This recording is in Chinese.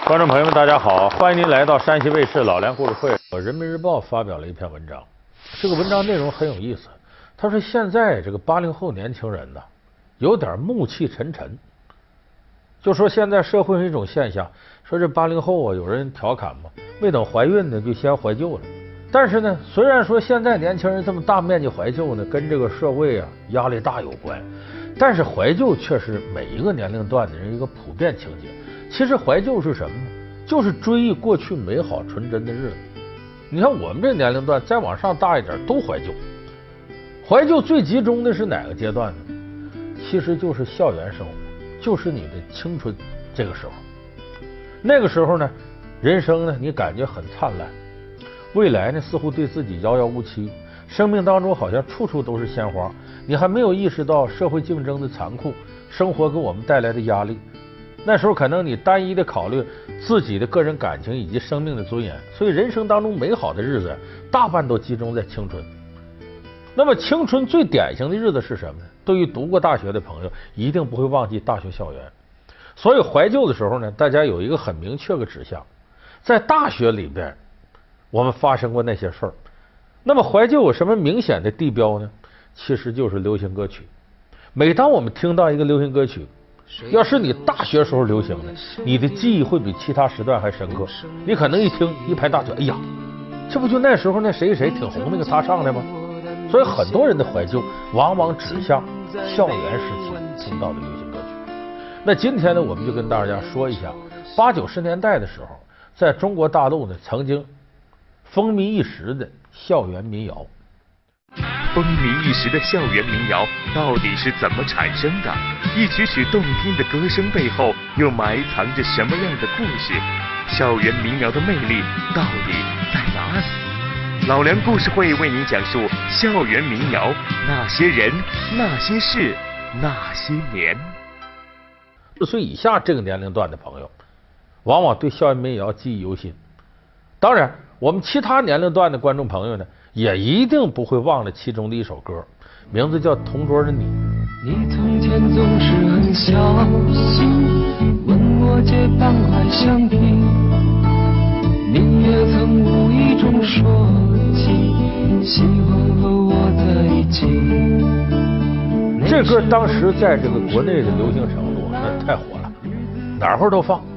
观众朋友们，大家好，欢迎您来到山西卫视老梁故事会。人民日报发表了一篇文章，这个文章内容很有意思。他说现在这个80后年轻人呢，有点暮气沉沉。就说现在社会上一种现象，说这80后啊，有人调侃嘛，没等怀孕呢就先怀旧了。但是呢，虽然说现在年轻人这么大面积怀旧呢，跟这个社会啊压力大有关，但是怀旧却是每一个年龄段的人一个普遍情节。其实怀旧是什么呢？就是追忆过去美好纯真的日子。你看我们这年龄段再往上大一点都怀旧。怀旧最集中的是哪个阶段呢？其实就是校园生活，就是你的青春这个时候。那个时候呢，人生呢你感觉很灿烂，未来呢似乎对自己遥遥无期，生命当中好像处处都是鲜花，你还没有意识到社会竞争的残酷，生活给我们带来的压力。那时候可能你单一的考虑自己的个人感情以及生命的尊严，所以人生当中美好的日子大半都集中在青春。那么青春最典型的日子是什么呢？对于读过大学的朋友一定不会忘记大学校园。所以怀旧的时候呢，大家有一个很明确的指向，在大学里边我们发生过那些事儿。那么怀旧有什么明显的地标呢？其实就是流行歌曲。每当我们听到一个流行歌曲，要是你大学时候流行的，你的记忆会比其他时段还深刻。你可能一听一拍大腿，哎呀，这不就那时候那谁谁挺红那个他唱的吗？所以很多人的怀旧往往指向校园时期听到的流行歌曲。那今天呢，我们就跟大家说一下80、90年代的时候，在中国大陆呢曾经风靡一时的校园民谣。 风靡一时的校园民谣到底是怎么产生的？一曲曲动听的歌声背后又埋藏着什么样的故事？校园民谣的魅力到底在哪里？老梁故事会为您讲述校园民谣那些人、那些事、那些年。 10岁以下这个年龄段的朋友，往往对校园民谣记忆犹新。当然，我们其他年龄段的观众朋友呢，也一定不会忘了其中的一首歌，名字叫《同桌的你》。 你从前总是很小心，问我借半块橡皮，你也曾无意中说起喜欢和我在一起。 这歌当时在这个国内的流行程度那太火了，哪儿都放。